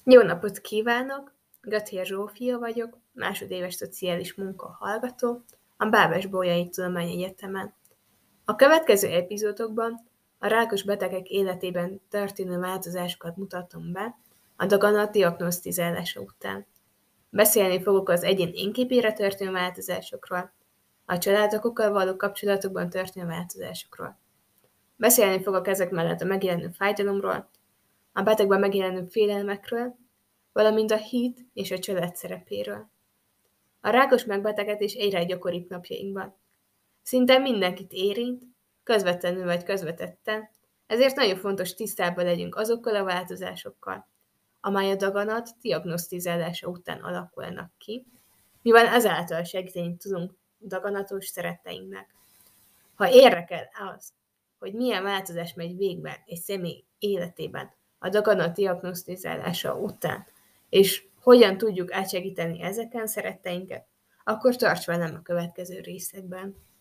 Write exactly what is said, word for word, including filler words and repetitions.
Jó napot kívánok! Gatér Zsófia vagyok, másodéves szociális munka hallgató a Bábes-Bolyai Tudományegyetemen. A következő epizódokban a rákos betegek életében történő változásokat mutatom be a daganat diagnosztizálása után. Beszélni fogok az egyén énképére történő változásokról, a családtagokkal való kapcsolatokban történő változásokról. Beszélni fogok ezek mellett a megjelenő fájdalomról, a betegben megjelenő félelmekről, valamint a hit és a család szerepéről. A rákos megbetegedés egyre gyakoribb napjainkban. Szinte mindenkit érint, közvetlenül vagy közvetetten, ezért nagyon fontos tisztában legyünk azokkal a változásokkal, amely a daganat diagnosztizálása után alakulnak ki, mivel ezáltal segíteni tudunk daganatos szeretteinknek. Ha érdekel az, hogy milyen változás megy végbe egy személy életében a daganat diagnosztizálása után, és hogyan tudjuk átsegíteni ezeken szeretteinket, akkor tarts velem a következő részekben.